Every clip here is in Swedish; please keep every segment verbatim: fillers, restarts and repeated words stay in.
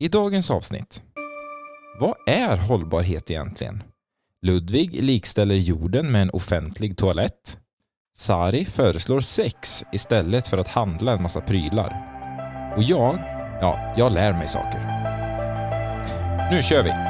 I dagens avsnitt. Vad är hållbarhet egentligen? Ludvig likställer jorden med en offentlig toalett. Sari föreslår sex istället för att handla en massa prylar. Och jag, ja, jag lär mig saker. Nu kör vi!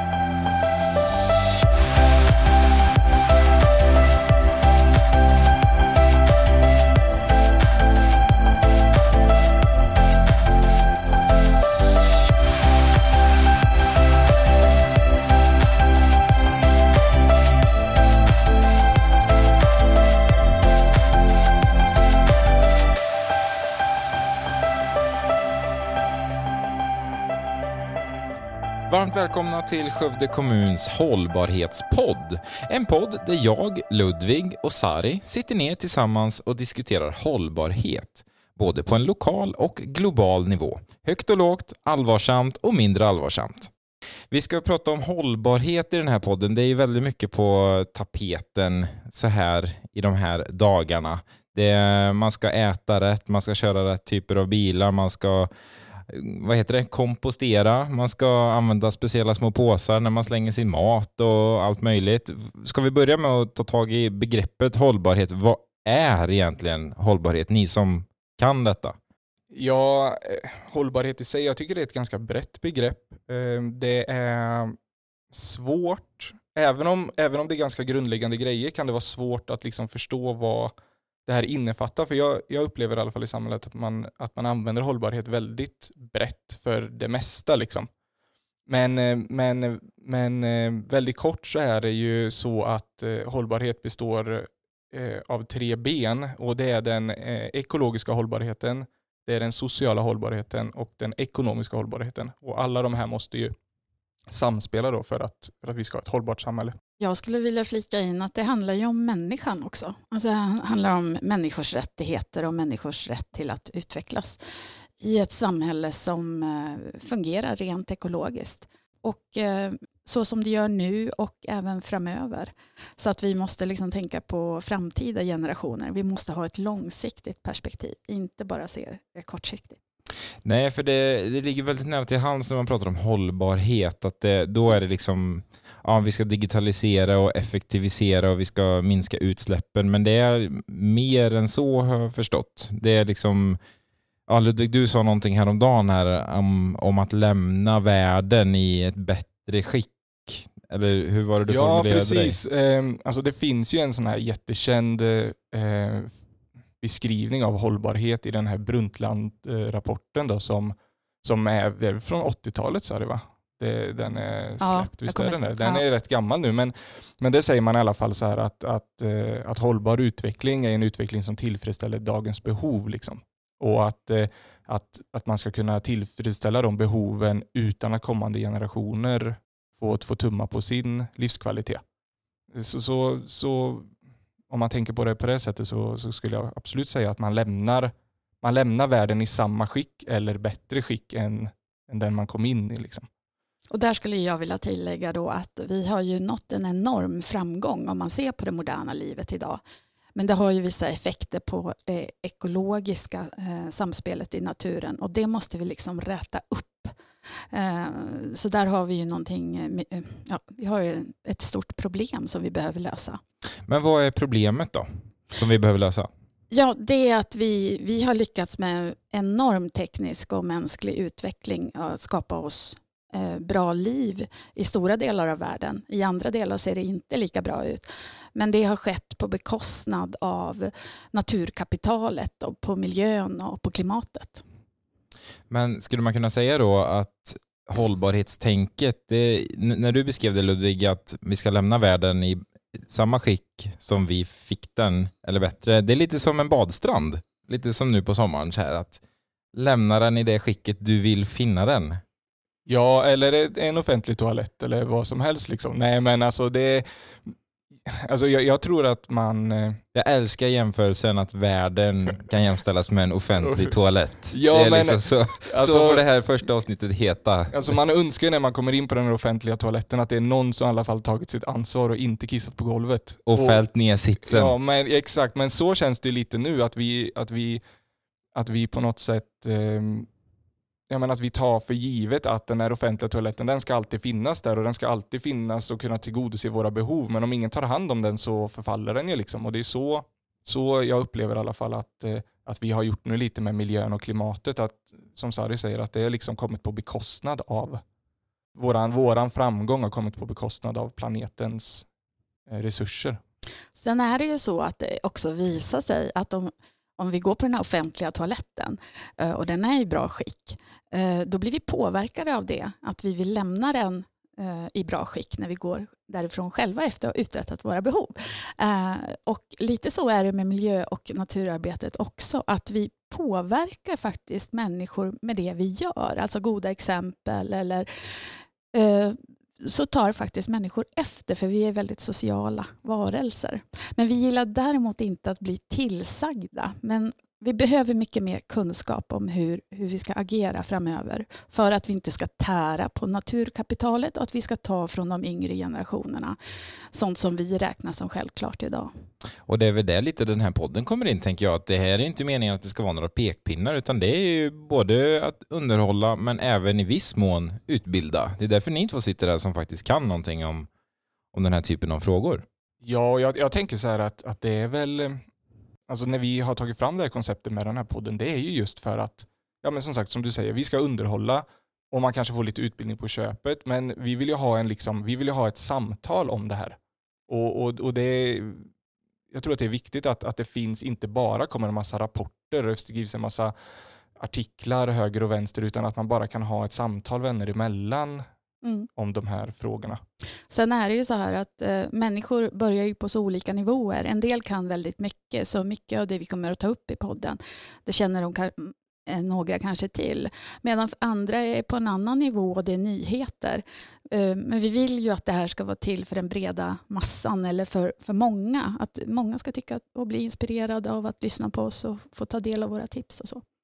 Varmt välkomna till Skövde kommuns hållbarhetspodd. En podd där jag, Ludvig och Sari sitter ner tillsammans och diskuterar hållbarhet. Både på en lokal och global nivå. Högt och lågt, allvarsamt och mindre allvarsamt. Vi ska prata om hållbarhet i den här podden. Det är ju väldigt mycket på tapeten så här i de här dagarna. Det är, man ska äta rätt, man ska köra rätt typer av bilar, man ska... vad heter det? Kompostera. Man ska använda speciella små påsar när man slänger sin mat och allt möjligt. Ska vi börja med att ta tag i begreppet hållbarhet? Vad är egentligen hållbarhet? Ni som kan detta. Ja, hållbarhet i sig, jag tycker det är ett ganska brett begrepp. Det är svårt. Även om, även om det är ganska grundläggande grejer kan det vara svårt att liksom förstå vad det här innefattar. För jag, jag upplever i alla fall i samhället att man, att man använder hållbarhet väldigt brett för det mesta. Liksom. Men, men, men väldigt kort så är det ju så att eh, hållbarhet består eh, av tre ben. Och det är den eh, ekologiska hållbarheten, det är den sociala hållbarheten och den ekonomiska hållbarheten. Och alla de här måste ju samspela då för att, för att vi ska ha ett hållbart samhälle. Jag skulle vilja flika in att det handlar ju om människan också. Alltså det handlar om människors rättigheter och människors rätt till att utvecklas i ett samhälle som fungerar rent ekologiskt. Och så som det gör nu och även framöver. Så att vi måste liksom tänka på framtida generationer. Vi måste ha ett långsiktigt perspektiv, inte bara se det kortsiktigt. Nej, för det, det ligger väldigt nära till hands när man pratar om hållbarhet. Att det, då är det liksom, ja, vi ska digitalisera och effektivisera och vi ska minska utsläppen. Men det är mer än så, har jag förstått. Det är liksom, ja, Ludvig, du sa någonting häromdagen här om, om att lämna världen i ett bättre skick. Eller hur var det du ja, formulerade precis. dig? Eh, alltså det finns ju en sån här jättekänd eh, beskrivning av hållbarhet i den här Brundtland-rapporten då, som, som är från åttiotalet, sa det va? Det, den är släppt, ja, visst är den där. Den ja. är rätt gammal nu, men, men det säger man i alla fall så här att, att, att hållbar utveckling är en utveckling som tillfredsställer dagens behov. Liksom. Och att, att, att man ska kunna tillfredsställa de behoven utan att kommande generationer får, får tumma på sin livskvalitet. Så, så, så om man tänker på det på det sättet så, så skulle jag absolut säga att man lämnar, man lämnar världen i samma skick eller bättre skick än, än den man kom in i. Liksom. Och där skulle jag vilja tillägga då att vi har ju nått en enorm framgång om man ser på det moderna livet idag. Men det har ju vissa effekter på det ekologiska eh, samspelet i naturen och det måste vi liksom räta upp. Eh, så där har vi ju någonting, eh, ja, vi har ju ett stort problem som vi behöver lösa. Men vad är problemet då som vi behöver lösa? Ja, det är att vi, vi har lyckats med enorm teknisk och mänsklig utveckling att skapa oss eh, bra liv i stora delar av världen. I andra delar ser det inte lika bra ut. Men det har skett på bekostnad av naturkapitalet och på miljön och på klimatet. Men skulle man kunna säga då att hållbarhetstänket, det, när du beskrev det Ludvig, att vi ska lämna världen i samma skick som vi fick den, eller bättre, det är lite som en badstrand. Lite som nu på sommaren så här, att lämna den i det skicket du vill finna den. Ja, eller en offentlig toalett eller vad som helst liksom. Nej, men alltså det... Alltså jag, jag tror att man... Jag älskar jämförelsen att världen kan jämställas med en offentlig toalett. Ja, det är men, liksom så, alltså, så får det här första avsnittet heta. Alltså man önskar när man kommer in på den här offentliga toaletten att det är någon som i alla fall tagit sitt ansvar och inte kissat på golvet. Och, och fällt ner sitsen. Ja, men exakt. Men så känns det lite nu att vi, att vi, att vi på något sätt... Eh, jag menar att vi tar för givet att den här offentliga toaletten, den ska alltid finnas där och den ska alltid finnas och kunna tillgodose våra behov. Men om ingen tar hand om den så förfaller den ju liksom. Och det är så, så jag upplever i alla fall att, att vi har gjort nu lite med miljön och klimatet. Att, som Sari säger, att det är liksom kommit på bekostnad av våran, våran framgång har kommit på bekostnad av planetens resurser. Sen är det ju så att det också visar sig att om, om vi går på den här offentliga toaletten och den är i bra skick, då blir vi påverkade av det. Att vi vill lämna den i bra skick när vi går därifrån själva efter att ha uträttat våra behov. Och lite så är det med miljö- och naturarbetet också. Att vi påverkar faktiskt människor med det vi gör. Alltså goda exempel eller så tar faktiskt människor efter, för vi är väldigt sociala varelser. Men vi gillar däremot inte att bli tillsagda. Men vi behöver mycket mer kunskap om hur, hur vi ska agera framöver för att vi inte ska tära på naturkapitalet och att vi ska ta från de yngre generationerna. Sånt som vi räknar som självklart idag. Och det är väl där lite den här podden kommer in, tänker jag. Att det här är inte meningen att det ska vara några pekpinnar, utan det är ju både att underhålla men även i viss mån utbilda. Det är därför ni två sitter där som faktiskt kan någonting om, om den här typen av frågor. Ja, jag, jag tänker så här att, att det är väl... Alltså när vi har tagit fram det här konceptet med den här podden, det är ju just för att, ja men som sagt som du säger, vi ska underhålla och man kanske får lite utbildning på köpet, men vi vill ju ha en liksom, vi vill ju ha ett samtal om det här. Och, och, och det är, jag tror att det är viktigt att, att det finns, inte bara kommer en massa rapporter och skrivs en massa artiklar höger och vänster, utan att man bara kan ha ett samtal vänner emellan. Mm. Om de här frågorna. Sen är det ju så här att eh, människor börjar ju på så olika nivåer. En del kan väldigt mycket, så mycket av det vi kommer att ta upp i podden, det känner de eh, några kanske till. Medan andra är på en annan nivå och det är nyheter. Eh, men vi vill ju att det här ska vara till för den breda massan eller för, för många. Att många ska tycka och bli inspirerade av att lyssna på oss och få ta del av våra tips och så.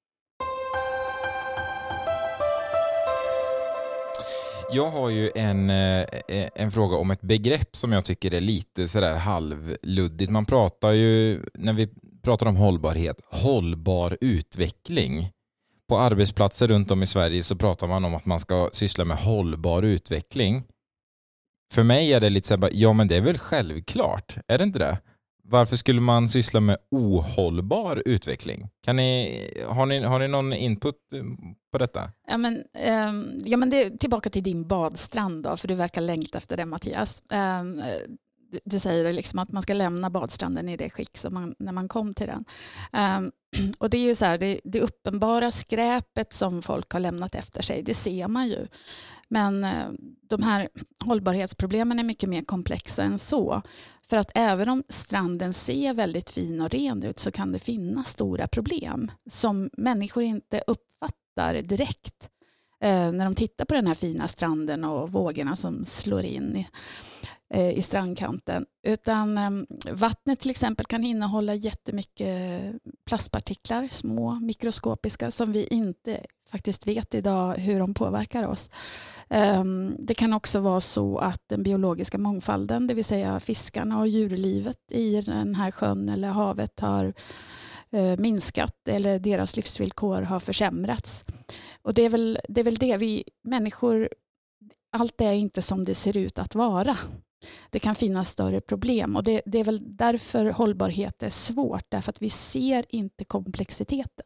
Jag har ju en, en fråga om ett begrepp som jag tycker är lite sådär halvluddigt. Man pratar ju, när vi pratar om hållbarhet, hållbar utveckling. På arbetsplatser runt om i Sverige så pratar man om att man ska syssla med hållbar utveckling. För mig är det lite såhär, ja men det är väl självklart, är det inte det? Varför skulle man syssla med ohållbar utveckling? Kan ni, har, ni, har ni någon input på detta? Ja men, um, ja, men det är tillbaka till din badstrand då, för du verkar längta efter det, Mattias. Um, du, du säger liksom att man ska lämna badstranden i det skick som man, när man kom till den. Um, och det är ju så här, det, det uppenbara skräpet som folk har lämnat efter sig, det ser man ju. Men de här hållbarhetsproblemen är mycket mer komplexa än så. För att även om stranden ser väldigt fin och ren ut så kan det finnas stora problem som människor inte uppfattar direkt eh, när de tittar på den här fina stranden och vågorna som slår in i, eh, i strandkanten. Utan eh, vattnet till exempel kan innehålla jättemycket plastpartiklar, små mikroskopiska, som vi inte faktiskt vet idag hur de påverkar oss. Det kan också vara så att den biologiska mångfalden, det vill säga fiskarna och djurlivet i den här sjön eller havet har minskat eller deras livsvillkor har försämrats. Och det är väl det, är väl det vi människor, allt är inte som det ser ut att vara. Det kan finnas större problem och det, det är väl därför hållbarhet är svårt, därför att vi ser inte komplexiteten.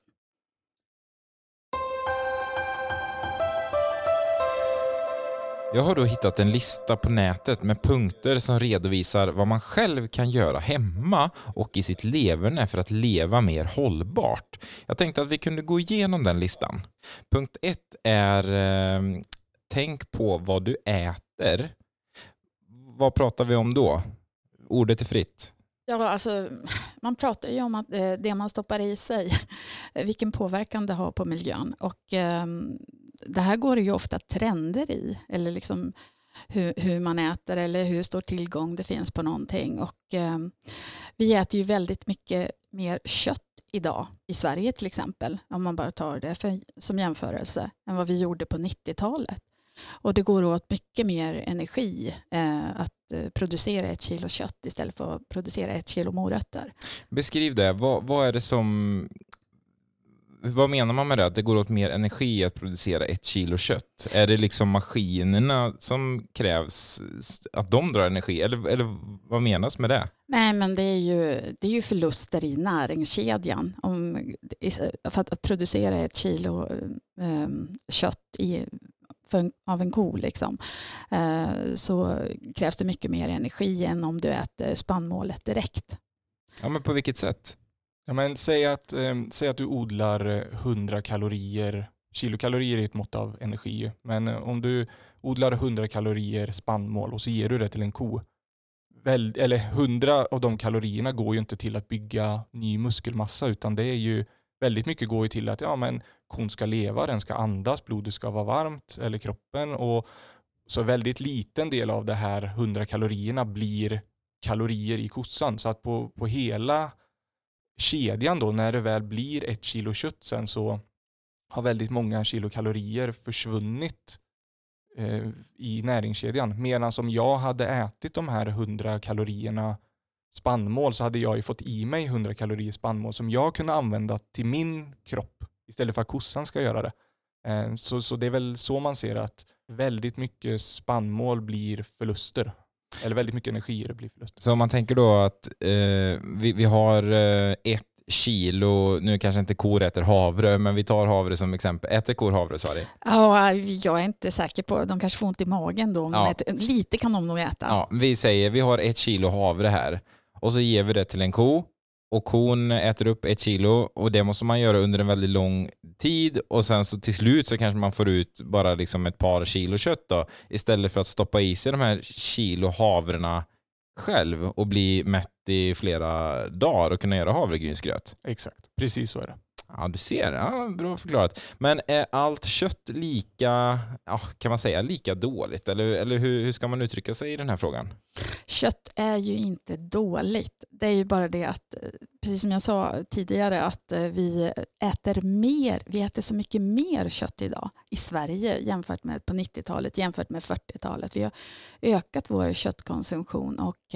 Jag har då hittat en lista på nätet med punkter som redovisar vad man själv kan göra hemma och i sitt leverne för att leva mer hållbart. Jag tänkte att vi kunde gå igenom den listan. Punkt ett är eh, tänk på vad du äter. Vad pratar vi om då? Ordet är fritt. Ja, alltså, man pratar ju om att det man stoppar i sig, vilken påverkan det har på miljön. Och eh, det här går ju ofta trender i, eller liksom hur, hur man äter eller hur stor tillgång det finns på någonting. Och eh, vi äter ju väldigt mycket mer kött idag i Sverige till exempel, om man bara tar det för, som jämförelse, än vad vi gjorde på nittiotalet. Och det går åt mycket mer energi eh, att eh, producera ett kilo kött istället för att producera ett kilo morötter. Beskriv det. Vad, vad är det som... vad menar man med det? Att det går åt mer energi att producera ett kilo kött? Är det liksom maskinerna som krävs, att de drar energi? Eller, eller vad menas med det? Nej, men det är ju, det är ju förluster i näringskedjan. Om, för att producera ett kilo eh, kött i, för en, av en ko liksom, eh, så krävs det mycket mer energi än om du äter spannmålet direkt. Ja, men på vilket sätt? Ja, men säg att, eh, säg att du odlar hundra kalorier, kilokalorier är ett mått av energi, men om du odlar hundra kalorier spannmål och så ger du det till en ko, väl, eller hundra av de kalorierna går ju inte till att bygga ny muskelmassa, utan det är ju väldigt mycket går ju till att ja, men kon ska leva, den ska andas, blodet ska vara varmt, eller kroppen, och så väldigt liten del av det här hundra kalorierna blir kalorier i kossan, så att på, på hela kedjan då, när det väl blir ett kilo kött sen, så har väldigt många kilokalorier försvunnit eh, i näringskedjan. Medan som jag hade ätit de här hundra kalorierna spannmål, så hade jag ju fått i mig hundra kalorier spannmål som jag kunde använda till min kropp istället för att kossan ska göra det. Eh, så, så det är väl så man ser att väldigt mycket spannmål blir förluster. Eller väldigt mycket energier blir förluster. Så om man tänker då att eh, vi, vi har eh, ett kilo, nu kanske inte kor äter havre, men vi tar havre som exempel. Äter kor havre, sa det? Ja, jag är inte säker på, de kanske får ont i magen då. Ja. Äter, lite kan de nog äta. Ja, vi säger vi har ett kilo havre här och så ger vi det till en ko. Och kon äter upp ett kilo och det måste man göra under en väldigt lång tid. Och sen så till slut så kanske man får ut bara liksom ett par kilo kött då. Istället för att stoppa i sig de här kilo havrena själv och bli mätt i flera dagar och kunna göra havregrynsgröt. Exakt, precis så är det. Ja, du ser. Ja, bra förklarat. Men är allt kött lika, ja, kan man säga, lika dåligt? Eller, eller hur, hur ska man uttrycka sig i den här frågan? Kött är ju inte dåligt. Det är ju bara det att, precis som jag sa tidigare, att vi äter mer. Vi äter så mycket mer kött idag i Sverige jämfört med på nittiotalet, jämfört med fyrtiotalet. Vi har ökat vår köttkonsumtion och,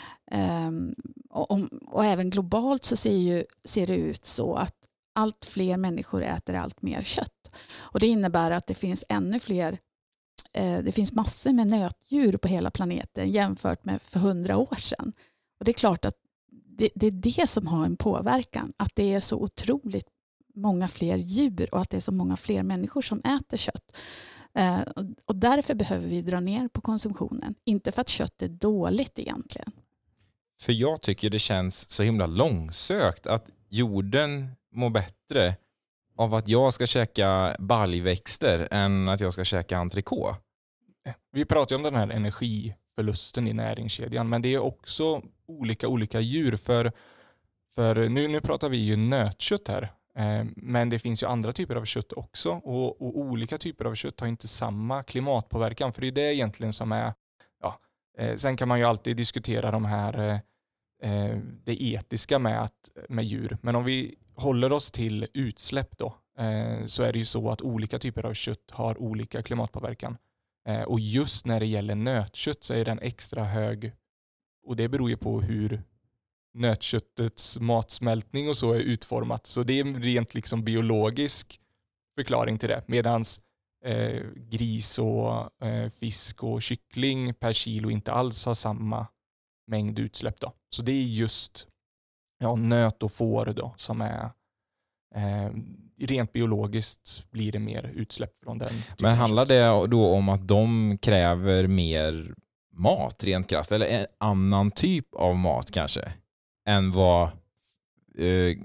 och, och, och även globalt så ser, ju, ser det ut så att allt fler människor äter allt mer kött. Och det innebär att det finns ännu fler, eh, det finns massor med nötdjur på hela planeten jämfört med för hundra år sedan. Och det är klart att det, det är det som har en påverkan. Att det är så otroligt många fler djur och att det är så många fler människor som äter kött. Eh, och, och därför behöver vi dra ner på konsumtionen. Inte för att kött är dåligt egentligen. För jag tycker det känns så himla långsökt att jorden mår bättre av att jag ska käka baljväxter än att jag ska käka entrecote. Vi pratar ju om den här energiförlusten i näringskedjan, men det är också olika olika djur. För, för nu, nu pratar vi ju nötkött här, eh, men det finns ju andra typer av kött också. Och, och olika typer av kött har inte samma klimatpåverkan, för det är det egentligen som är... Ja, eh, sen kan man ju alltid diskutera de här, eh, det etiska med, att, med djur. Men om vi håller oss till utsläpp då, eh, så är det ju så att olika typer av kött har olika klimatpåverkan. Eh, och just när det gäller nötkött så är den extra hög, och det beror ju på hur nötköttets matsmältning och så är utformat. Så det är en rent liksom biologisk förklaring till det. Medans eh, gris och eh, fisk och kyckling per kilo inte alls har samma mängd utsläpp då. Så det är just ja, nöt och får då som är eh, rent biologiskt blir det mer utsläpp från den. Men handlar det då om att de kräver mer mat rent krasst eller en annan typ av mat kanske än vad eh,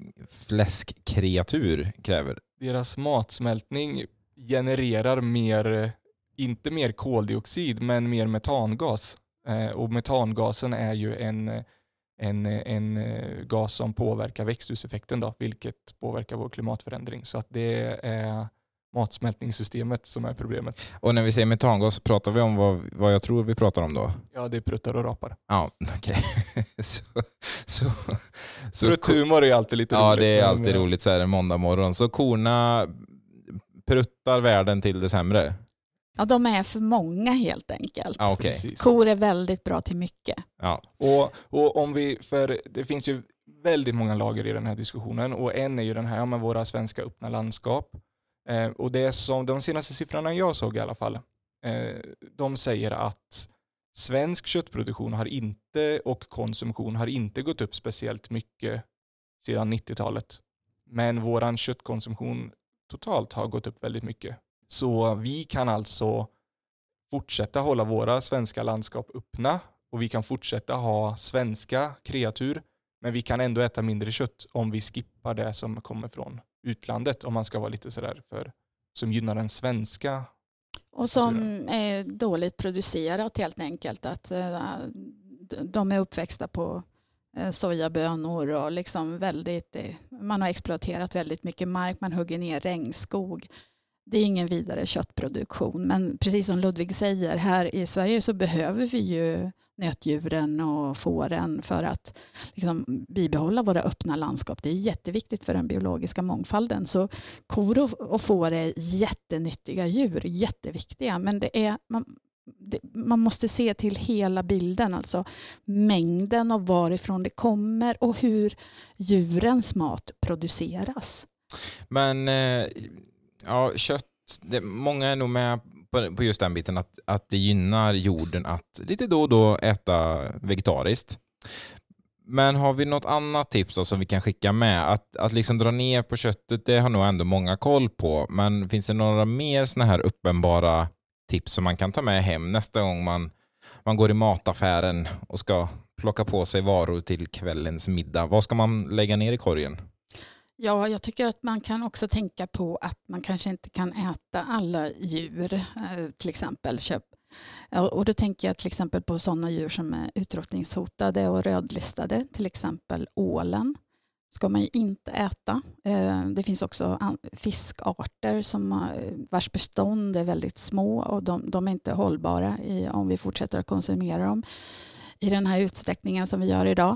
fläskkreatur kräver? Deras matsmältning genererar mer, inte mer koldioxid men mer metangas. Eh, och metangasen är ju en En, en gas som påverkar växthuseffekten då, vilket påverkar vår klimatförändring. Så att det är matsmältningssystemet som är problemet. Och när vi säger metangas pratar vi om vad, vad jag tror vi pratar om då? Ja, det är pruttar och rapar. Ja, okej. Okay. så, så, så, Prutthumor är alltid lite ja, roligt. Ja, det är alltid men... roligt så här en måndag morgon. Så korna pruttar världen till det sämre? Ja, de är för många helt enkelt. Ah, okay. Kor är väldigt bra till mycket. Ja. Och, och om vi, för det finns ju väldigt många lager i den här diskussionen. Och en är ju den här med våra svenska öppna landskap. Eh, och det är som de senaste siffrorna jag såg i alla fall. Eh, de säger att svensk köttproduktion har inte och konsumtion har inte gått upp speciellt mycket sedan nittiotalet. Men våran köttkonsumtion totalt har gått upp väldigt mycket. Så vi kan alltså fortsätta hålla våra svenska landskap öppna och vi kan fortsätta ha svenska kreatur, men vi kan ändå äta mindre kött om vi skippar det som kommer från utlandet, om man ska vara lite sådär för som gynnar den svenska. Och som är dåligt producerat helt enkelt. Att de är uppväxta på sojabönor och liksom väldigt, man har exploaterat väldigt mycket mark, man hugger ner regnskog. Det är ingen vidare köttproduktion, men precis som Ludvig säger, här i Sverige så behöver vi ju nötdjuren och fåren för att liksom bibehålla våra öppna landskap. Det är jätteviktigt för den biologiska mångfalden. Så kor och får är jättenyttiga djur, jätteviktiga, men det är, man, det, man måste se till hela bilden, alltså mängden och varifrån det kommer och hur djurens mat produceras. Men eh, ja, kött, det, många är nog med på, på just den biten att, att det gynnar jorden att lite då och då äta vegetariskt. Men har vi något annat tips då som vi kan skicka med? Att, att liksom dra ner på köttet, det har nog ändå många koll på. Men finns det några mer såna här uppenbara tips som man kan ta med hem nästa gång man, man går i mataffären och ska plocka på sig varor till kvällens middag? Vad ska man lägga ner i korgen? Ja, jag tycker att man kan också tänka på att man kanske inte kan äta alla djur, till exempel köp. Och då tänker jag till exempel på sådana djur som är utrotningshotade och rödlistade, till exempel ålen ska man ju inte äta. Det finns också fiskarter som vars bestånd är väldigt små och de, de är inte hållbara i, om vi fortsätter att konsumera dem i den här utsträckningen som vi gör idag.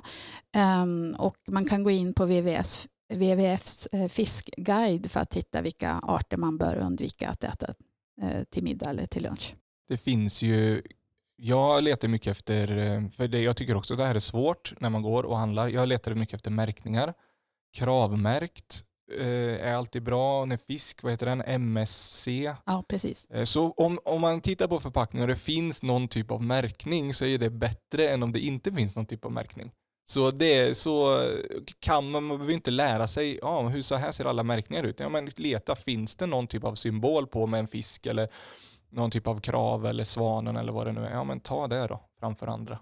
Och man kan gå in på W W F:s W W F:s fiskguide för att titta vilka arter man bör undvika att äta till middag eller till lunch. Det finns ju, jag letar mycket efter, för det, jag tycker också att det här är svårt när man går och handlar. Jag letar mycket efter märkningar. Kravmärkt eh, är alltid bra. När fisk, vad heter den? M S C. Ja, precis. Eh, så om, om man tittar på förpackningar och det finns någon typ av märkning så är det bättre än om det inte finns någon typ av märkning. Så det så kan man, man behöver inte lära sig, ja, hur så här ser alla märkningar ut. Ja, men leta, finns det någon typ av symbol på med en fisk eller någon typ av krav eller svanen eller vad det nu är. Ja, men ta det då framför andra.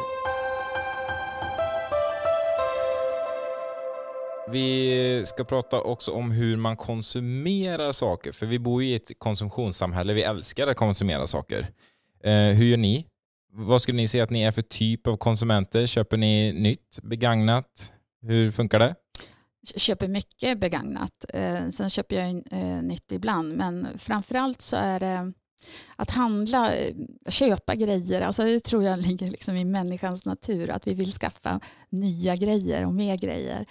Vi ska prata också om hur man konsumerar saker. För vi bor i ett konsumtionssamhälle. Vi älskar att konsumera saker. Eh, hur gör ni? Vad skulle ni säga att ni är för typ av konsumenter? Köper ni nytt, begagnat? Hur funkar det? Jag köper mycket begagnat. Eh, sen köper jag eh, nytt ibland. Men framförallt så är det att handla, köpa grejer. Alltså det tror jag ligger liksom i människans natur. Att vi vill skaffa nya grejer och mer grejer.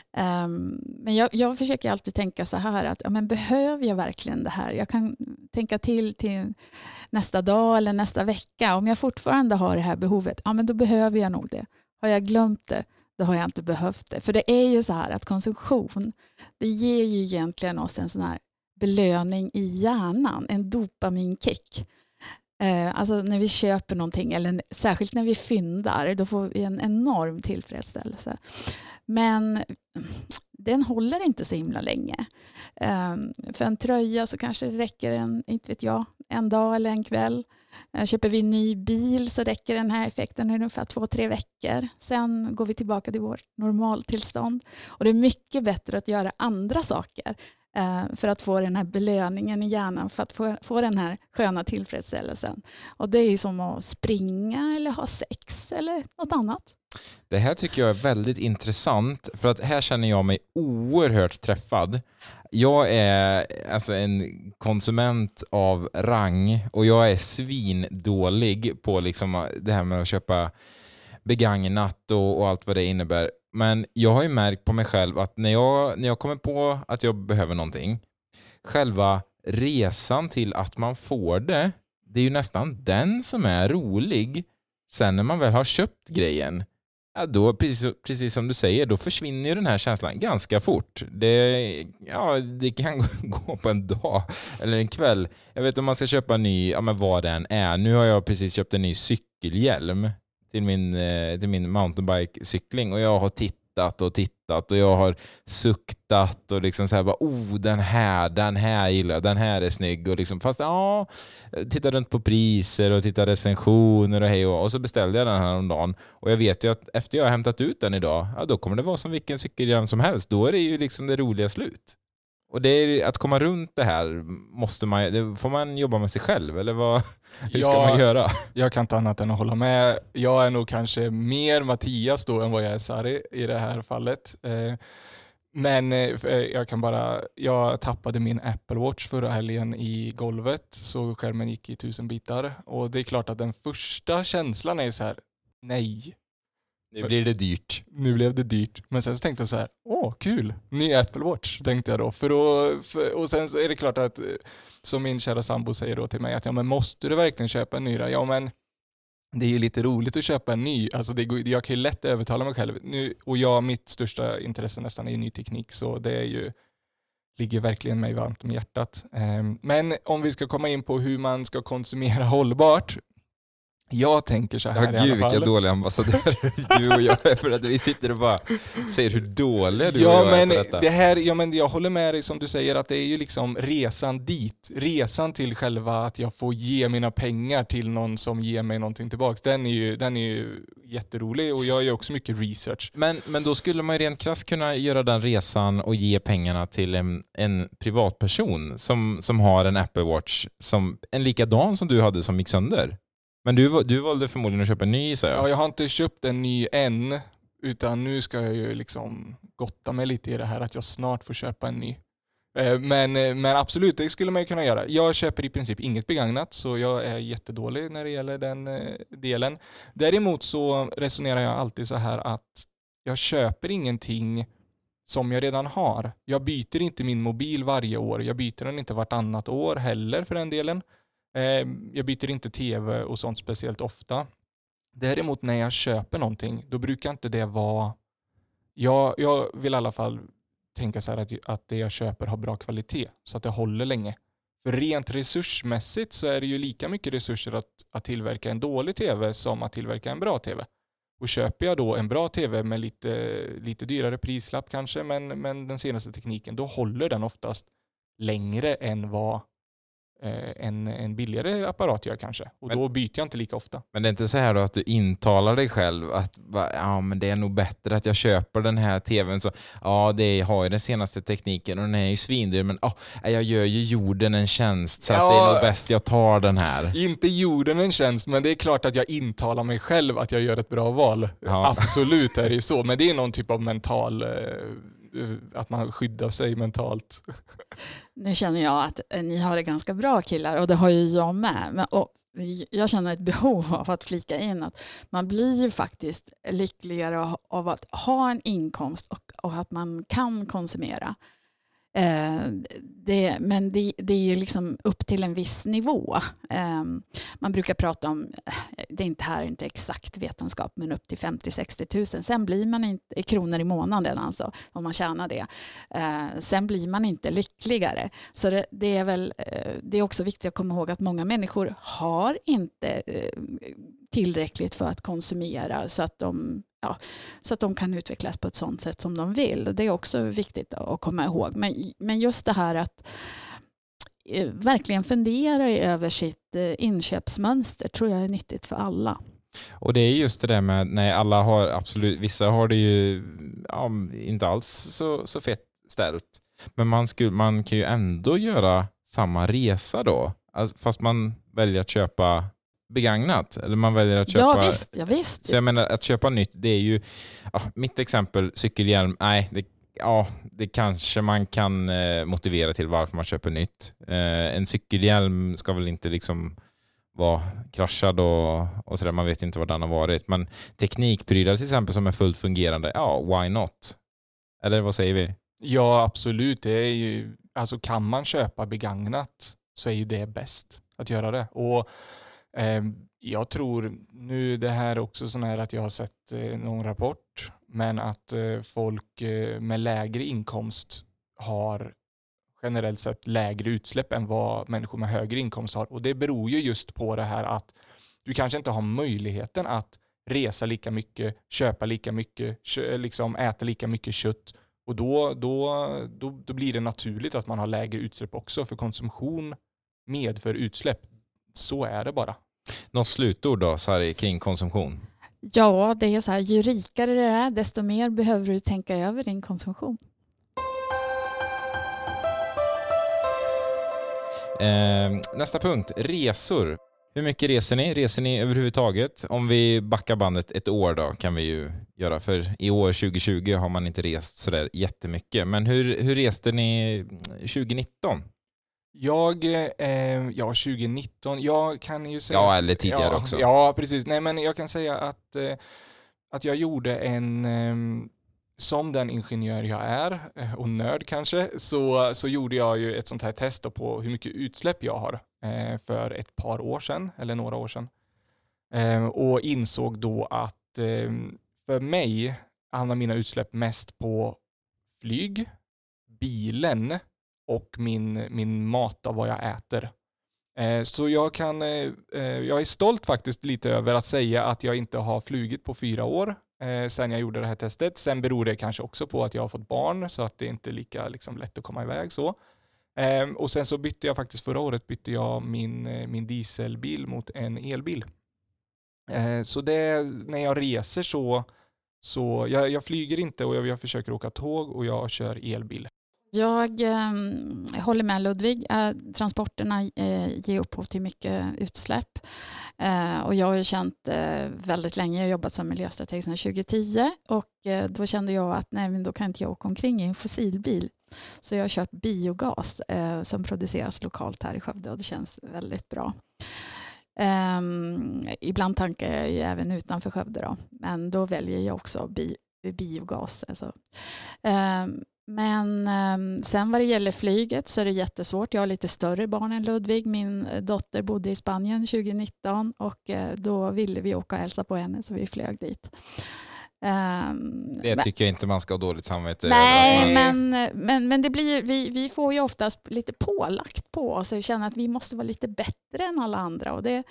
Um, men jag, jag försöker alltid tänka så här. Att, ja, men behöver jag verkligen det här? Jag kan tänka till till nästa dag eller nästa vecka. Om jag fortfarande har det här behovet, ja, men då behöver jag nog det. Har jag glömt det, då har jag inte behövt det. För det är ju så här att konsumtion, det ger ju egentligen oss en sån här belöning i hjärnan, en dopaminkick. Eh, alltså när vi köper någonting, eller särskilt när vi fyndar, då får vi en enorm tillfredsställelse. Men den håller inte så himla länge. Eh, för en tröja så kanske det räcker en, inte vet jag, en dag eller en kväll. Eh, köper vi en ny bil så räcker den här effekten ungefär två, tre veckor. Sen går vi tillbaka till vårt normaltillstånd. Och det är mycket bättre att göra andra saker för att få den här belöningen i hjärnan, för att få, få den här sköna tillfredsställelsen. Och det är ju som att springa eller ha sex eller något annat. Det här tycker jag är väldigt intressant, för att här känner jag mig oerhört träffad. Jag är alltså en konsument av rang och jag är svindålig på liksom det här med att köpa begagnat och, och allt vad det innebär. Men jag har ju märkt på mig själv att när jag, när jag kommer på att jag behöver någonting, själva resan till att man får det, det är ju nästan den som är rolig. Sen när man väl har köpt grejen, Ja, då, precis, precis som du säger, då försvinner ju den här känslan ganska fort. Det, ja, det kan gå på en dag eller en kväll. Jag vet om man ska köpa en ny, ja men vad den är. Nu har jag precis köpt en ny cykelhjälm till min, till min mountainbike-cykling och jag har tittat och tittat och jag har suktat och liksom så här bara, oh den här, den här gillar jag, den här är snygg och liksom, fast ja, tittar runt på priser och tittar recensioner och hej och, och så beställde jag den här om dagen och jag vet ju att efter jag har hämtat ut den idag, ja då kommer det vara som vilken cykelhjälm som helst, då är det ju liksom det roliga slut. Och det är att komma runt det här måste man, det får man jobba med sig själv eller vad, hur ska Ja, man göra? Jag kan inte annat än att hålla med. Jag är nog kanske mer Mattias då än vad jag är Sari i det här fallet. Men jag kan bara, jag tappade min Apple Watch förra helgen i golvet så skärmen gick i tusen bitar. Och det är klart att den första känslan är så här, nej. Nu blir det dyrt. Nu blev det dyrt. Men sen så tänkte jag så här, åh kul, ny Apple Watch tänkte jag då. För då för, och sen så är det klart att, som min kära sambo säger då till mig, att ja men måste du verkligen köpa en ny då? Ja men det är ju lite roligt att köpa en ny. Alltså det, jag kan ju lätt övertala mig själv. Nu, och jag, mitt största intresse nästan är ny teknik så det är ju, ligger verkligen mig varmt om hjärtat. Men om vi ska komma in på hur man ska konsumera hållbart. Jag tänker så här ja, i alla gud, fall. vilka dåliga ambassadörer du och jag är för att vi sitter och bara säger hur dåliga du ja, och jag är men för detta. Det här, ja, men jag håller med dig som du säger att det är ju liksom resan dit. Resan till själva att jag får ge mina pengar till någon som ger mig någonting tillbaka. Den är ju, den är ju jätterolig och jag gör också mycket research. Men, men då skulle man ju rent krasst kunna göra den resan och ge pengarna till en, en privatperson som, som har en Apple Watch, som en likadan som du hade som gick sönder. Men du, du valde förmodligen att köpa en ny, säger jag. Ja, jag har inte köpt en ny än, utan nu ska jag ju liksom gotta mig lite i det här att jag snart får köpa en ny. Men, men absolut, det skulle man ju kunna göra. Jag köper i princip inget begagnat, så jag är jättedålig när det gäller den delen. Däremot så resonerar jag alltid så här att jag köper ingenting som jag redan har. Jag byter inte min mobil varje år. Jag byter den inte vartannat år heller för den delen. Jag byter inte tv och sånt speciellt ofta. Däremot när jag köper någonting, då brukar inte det vara... Jag, jag vill i alla fall tänka så här att, att det jag köper har bra kvalitet så att det håller länge. För rent resursmässigt så är det ju lika mycket resurser att, att tillverka en dålig tv som att tillverka en bra tv. Och köper jag då en bra tv med lite, lite dyrare prislapp kanske, men, men den senaste tekniken, då håller den oftast längre än vad En, en billigare apparat gör kanske. Och men, då byter jag inte lika ofta. Men det är inte så här då att du intalar dig själv att ja, men det är nog bättre att jag köper den här tvn så ja, det har ju den senaste tekniken och den är ju svindyr men oh, jag gör ju jorden en tjänst så ja, att det är nog bäst jag tar den här. Inte jorden en tjänst, men det är klart att jag intalar mig själv att jag gör ett bra val. Ja. Absolut är det så, men det är någon typ av mental att man skyddar sig mentalt. Nu känner jag att ni har det ganska bra killar och det har ju jag med. Men, och jag känner ett behov av att flika in att man blir ju faktiskt lyckligare av att ha en inkomst och, och att man kan konsumera. Eh, det, men det, det är liksom upp till en viss nivå. Eh, man brukar prata om, det är inte här inte exakt vetenskap, men upp till femtio till sextio tusen. Sen blir man inte kronor i månaden alltså, om man tjänar det. Eh, sen blir man inte lyckligare. Så det, det är väl, eh, det är också viktigt att komma ihåg att många människor har inte eh, tillräckligt för att konsumera så att de Ja, så att de kan utvecklas på ett sådant sätt som de vill. Det är också viktigt att komma ihåg. Men, men just det här att eh, verkligen fundera över sitt eh, inköpsmönster tror jag är nyttigt för alla. Och det är just det där med, nej alla har absolut, vissa har det ju ja, inte alls så, så fett ställt. Men man, skulle, man kan ju ändå göra samma resa då. Alltså, fast man väljer att köpa begagnat eller man väljer att köpa ja, visst, ja, visst. Så jag menar att köpa nytt, det är ju ja, mitt exempel cykelhjälm, nej det, ja, det kanske man kan eh, motivera till varför man köper nytt. Eh, en cykelhjälm ska väl inte liksom vara kraschad och, och sådär, man vet inte vad den har varit, men teknikprylar till exempel som är fullt fungerande, ja why not? Eller vad säger vi? Ja absolut, det är ju, alltså kan man köpa begagnat så är ju det bäst att göra det. Och Eh, jag tror, nu det här är också sån här att jag har sett eh, någon rapport, men att eh, folk eh, med lägre inkomst har generellt sett lägre utsläpp än vad människor med högre inkomst har. Och det beror ju just på det här att du kanske inte har möjligheten att resa lika mycket, köpa lika mycket, kö, liksom äta lika mycket kött. Och då, då, då, då blir det naturligt att man har lägre utsläpp också, för konsumtion medför utsläpp. Så är det bara. Något slutord då, Sari, kring konsumtion? Ja, det är så här, ju rikare det är, desto mer behöver du tänka över din konsumtion. Eh, nästa punkt, resor. Hur mycket reser ni? Reser ni överhuvudtaget? Om vi backar bandet ett år då kan vi ju göra. För i år tjugo tjugo har man inte rest sådär jättemycket. Men hur, hur reste ni tjugo nitton? Jag, eh, ja tjugo nitton, jag kan ju säga... Ja, eller tidigare ja, också. Ja, precis. Nej, men jag kan säga att, eh, att jag gjorde en... Eh, som den ingenjör jag är, och nörd kanske, så, så gjorde jag ju ett sånt här test då på hur mycket utsläpp jag har eh, för ett par år sedan, eller några år sedan. Eh, och insåg då att eh, för mig handlar mina utsläpp mest på flyg, bilen och min, min mat av vad jag äter. Eh, så jag, kan, eh, jag är stolt faktiskt lite över att säga att jag inte har flugit på fyra år. Eh, sen jag gjorde det här testet. Sen beror det kanske också på att jag har fått barn, så att det inte är lika liksom, lätt att komma iväg så. Eh, och sen så bytte jag faktiskt förra året bytte jag min, min dieselbil mot en elbil. Eh, så det, när jag reser så, så jag, jag flyger inte, och jag, jag försöker åka tåg, och jag kör elbil. Jag eh, håller med Ludvig. Eh, transporterna eh, ger upphov till mycket utsläpp. Eh, och jag har ju känt eh, väldigt länge, jag har jobbat som miljöstrateg sedan tjugo tio, och eh, då kände jag att nej, men då kan inte jag åka omkring i en fossilbil. Så jag har kört biogas eh, som produceras lokalt här i Skövde, och det känns väldigt bra. Eh, ibland tankar jag ju även utanför Skövde då, men då väljer jag också bi- biogas. Alltså. Eh, Men eh, sen vad det gäller flyget så är det jättesvårt. Jag har lite större barn än Ludvig. Min dotter bodde i Spanien tjugo nitton, och eh, då ville vi åka och hälsa på henne, så vi flög dit. Um, Det tycker jag inte man ska ha dåligt samvete. Nej, men, men, men det blir, vi, vi får ju oftast lite pålagt på oss och känna att vi måste vara lite bättre än alla andra. Och det,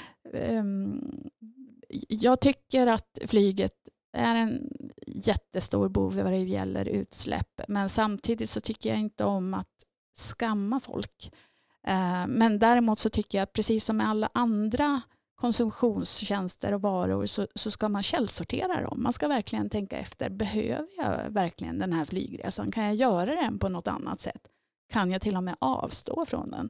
um, jag tycker att flyget är en jättestor bov vad det gäller utsläpp. Men samtidigt så tycker jag inte om att skamma folk. Uh, men däremot så tycker jag att precis som med alla andra konsumtionstjänster och varor så, så ska man källsortera dem. Man ska verkligen tänka efter, behöver jag verkligen den här flygresan? Kan jag göra den på något annat sätt? Kan jag till och med avstå från den?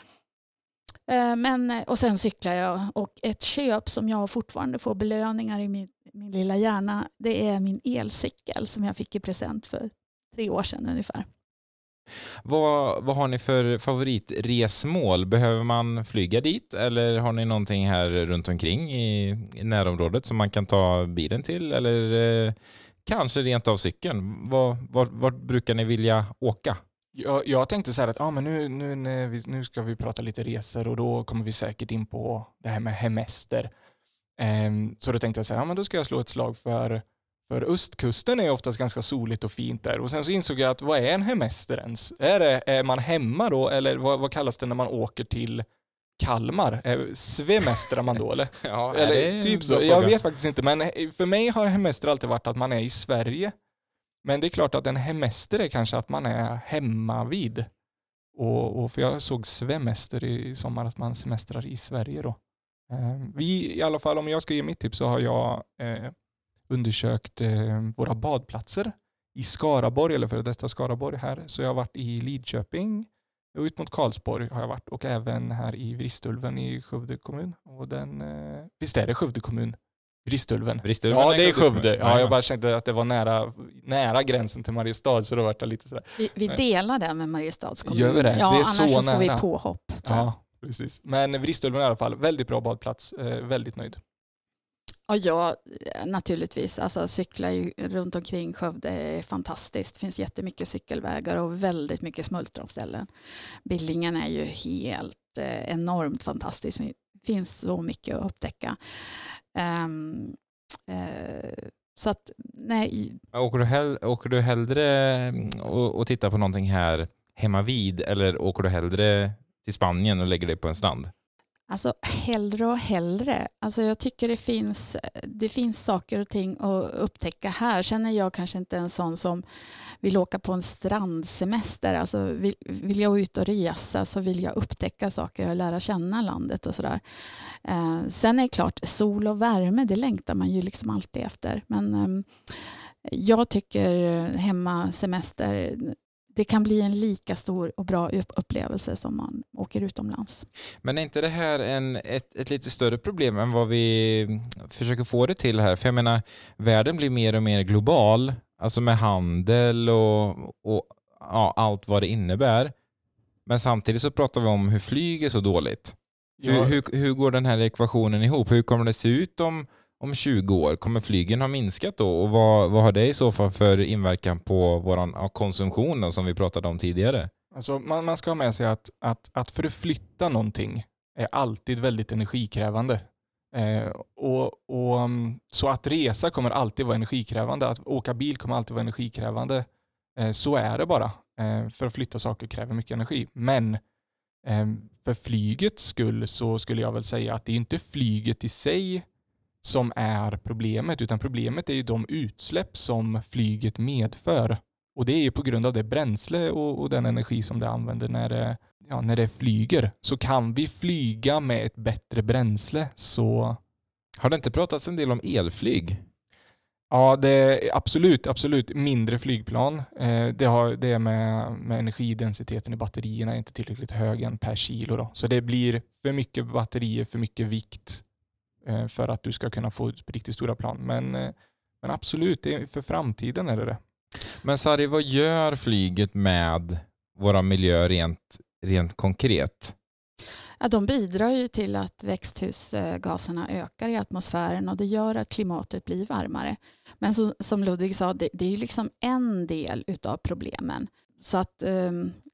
Men, och sen cyklar jag, och ett köp som jag fortfarande får belöningar i min, min lilla hjärna, det är min elcykel som jag fick i present för tre år sedan ungefär. Vad, vad har ni för favoritresmål? Behöver man flyga dit, eller har ni någonting här runt omkring i, i närområdet som man kan ta bilen till, eller eh, kanske rent av cykeln? Var, var, var brukar ni vilja åka? Jag, jag tänkte så här att ah, men nu, nu, nu, nu ska vi prata lite resor, och då kommer vi säkert in på det här med hemester. Um, så då tänkte jag så här, ah, men då ska jag slå ett slag för För östkusten är oftast ganska soligt och fint där. Och sen så insåg jag att vad är en hemester ens? Är, det, är man hemma då? Eller vad, vad kallas det när man åker till Kalmar? Svemestrar man då eller? Ja, eller typ så. Jag vet faktiskt inte. Men för mig har hemester alltid varit att man är i Sverige. Men det är klart att en hemester är kanske att man är hemma vid. Och, och för jag såg svemester i sommar att man semestrar i Sverige då. Eh, vi i alla fall, om jag ska ge mitt tips så har jag... Eh, undersökt eh, våra badplatser i Skaraborg, eller för detta Skaraborg här. Så jag har varit i Lidköping och ut mot Karlsborg har jag varit, och även här i Vristulven i Skövde kommun. Och den, eh, visst är det Skövde kommun? Vristulven. Vristulven ja, är det är Skövde. Skövde. Ja, jag bara kände att det var nära, nära gränsen till Mariestad, så då var det lite sådär. Vi, vi delar det med Mariestads kommun. Gör vi det? Ja, det är annars så, så nära. får vi påhopp. Ja, precis. Men Vristulven i alla fall, väldigt bra badplats. Eh, väldigt nöjd. Och ja, naturligtvis. Alltså, cykla ju runt omkring Skövde är fantastiskt. Det finns jättemycket cykelvägar och väldigt mycket smultronställen. Billingen är ju helt eh, enormt fantastisk. Det finns så mycket att upptäcka. Um, uh, så att, nej. Åker du, hell- åker du hellre och, och tittar på någonting här hemma vid, eller åker du hellre till Spanien och lägger dig på en strand? Alltså hellre och hellre. Alltså jag tycker det finns, det finns saker och ting att upptäcka här. Sen är jag kanske inte en sån som vill åka på en strandsemester. Alltså vill, vill jag ut och resa så vill jag upptäcka saker och lära känna landet och sådär. Eh, sen är det klart, sol och värme, det längtar man ju liksom alltid efter. Men eh, jag tycker hemmasemester, det kan bli en lika stor och bra upplevelse som man åker utomlands. Men är inte det här en, ett, ett lite större problem än vad vi försöker få det till här? För jag menar, världen blir mer och mer global, alltså med handel och, och ja, allt vad det innebär. Men samtidigt så pratar vi om hur flyg är så dåligt. Ja. Hur, hur, hur går den här ekvationen ihop? Hur kommer det se ut om, om tjugo år? Kommer flygen ha minskat då? Och vad, vad har det i så fall för inverkan på vår konsumtion då, som vi pratade om tidigare? Alltså man, man ska ha med sig att, att, att förflytta någonting är alltid väldigt energikrävande. Eh, och, och, så att resa kommer alltid vara energikrävande. Att åka bil kommer alltid vara energikrävande. Eh, så är det bara. Eh, för att flytta saker kräver mycket energi. Men eh, för flygets skull så skulle jag väl säga att det är inte flyget i sig som är problemet, utan problemet är ju de utsläpp som flyget medför. Och det är ju på grund av det bränsle och, och den energi som det använder när det, ja, när det flyger. Så kan vi flyga med ett bättre bränsle så... Har det inte pratats en del om elflyg? Ja, det är absolut, absolut mindre flygplan. Eh, det, har, det är med, med energidensiteten i batterierna inte tillräckligt hög än per kilo. Då. Så det blir för mycket batterier, för mycket vikt eh, för att du ska kunna få riktigt stora plan. Men, eh, men absolut, det är, för framtiden är det det. Men Sari, vad gör flyget med våra miljö rent, rent konkret? Ja, de bidrar ju till att växthusgaserna ökar i atmosfären och det gör att klimatet blir varmare. Men så, som Ludvig sa, det, det är ju liksom en del utav problemen. Så att eh,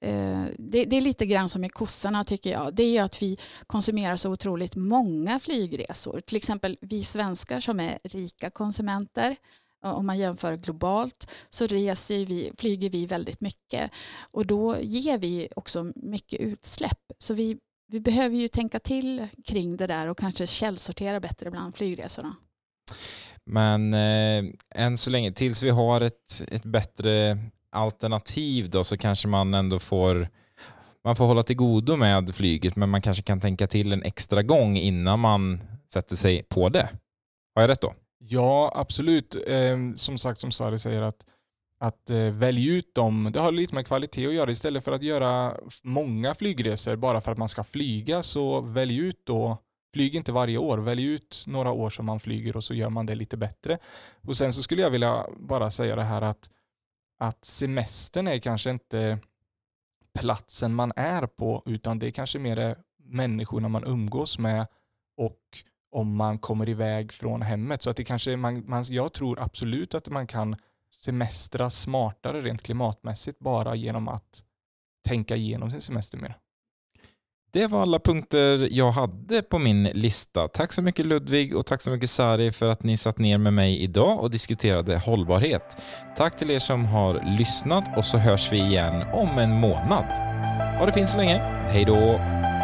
det, det är lite grann som med kossarna tycker jag. Det är att vi konsumerar så otroligt många flygresor. Till exempel vi svenskar som är rika konsumenter. Om man jämför globalt så reser vi, flyger vi väldigt mycket. Och då ger vi också mycket utsläpp. Så vi Vi behöver ju tänka till kring det där och kanske källsortera bättre bland flygresorna. Men eh, än så länge, tills vi har ett, ett bättre alternativ då, så kanske man ändå får, man får hålla till godo med flyget, men man kanske kan tänka till en extra gång innan man sätter sig på det. Har jag rätt då? Ja, absolut. Eh, som sagt, som Sari säger, att Att eh, välja ut dem, det har lite med kvalitet att göra. Istället för att göra många flygresor bara för att man ska flyga, så välj ut då, flyg inte varje år, välj ut några år som man flyger och så gör man det lite bättre. Och sen så skulle jag vilja bara säga det här att, att semestern är kanske inte platsen man är på, utan det är kanske mer människorna man umgås med och om man kommer iväg från hemmet. Så att det kanske man, man, jag tror absolut att man kan semestra smartare rent klimatmässigt bara genom att tänka igenom sin semester mer. Det var alla punkter jag hade på min lista. Tack så mycket Ludvig och tack så mycket Sari för att ni satt ner med mig idag och diskuterade hållbarhet. Tack till er som har lyssnat och så hörs vi igen om en månad. Ha det fint så länge. Hej då!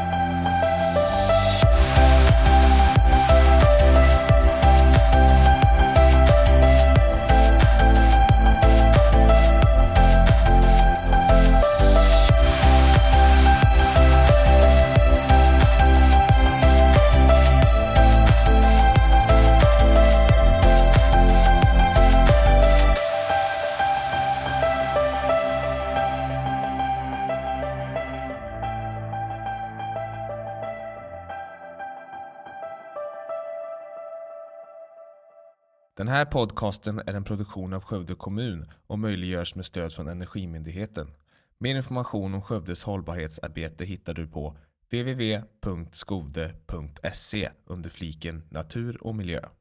Den här podcasten är en produktion av Skövde kommun och möjliggörs med stöd från Energimyndigheten. Mer information om Skövdes hållbarhetsarbete hittar du på w w w punkt skovde punkt se under fliken Natur och miljö.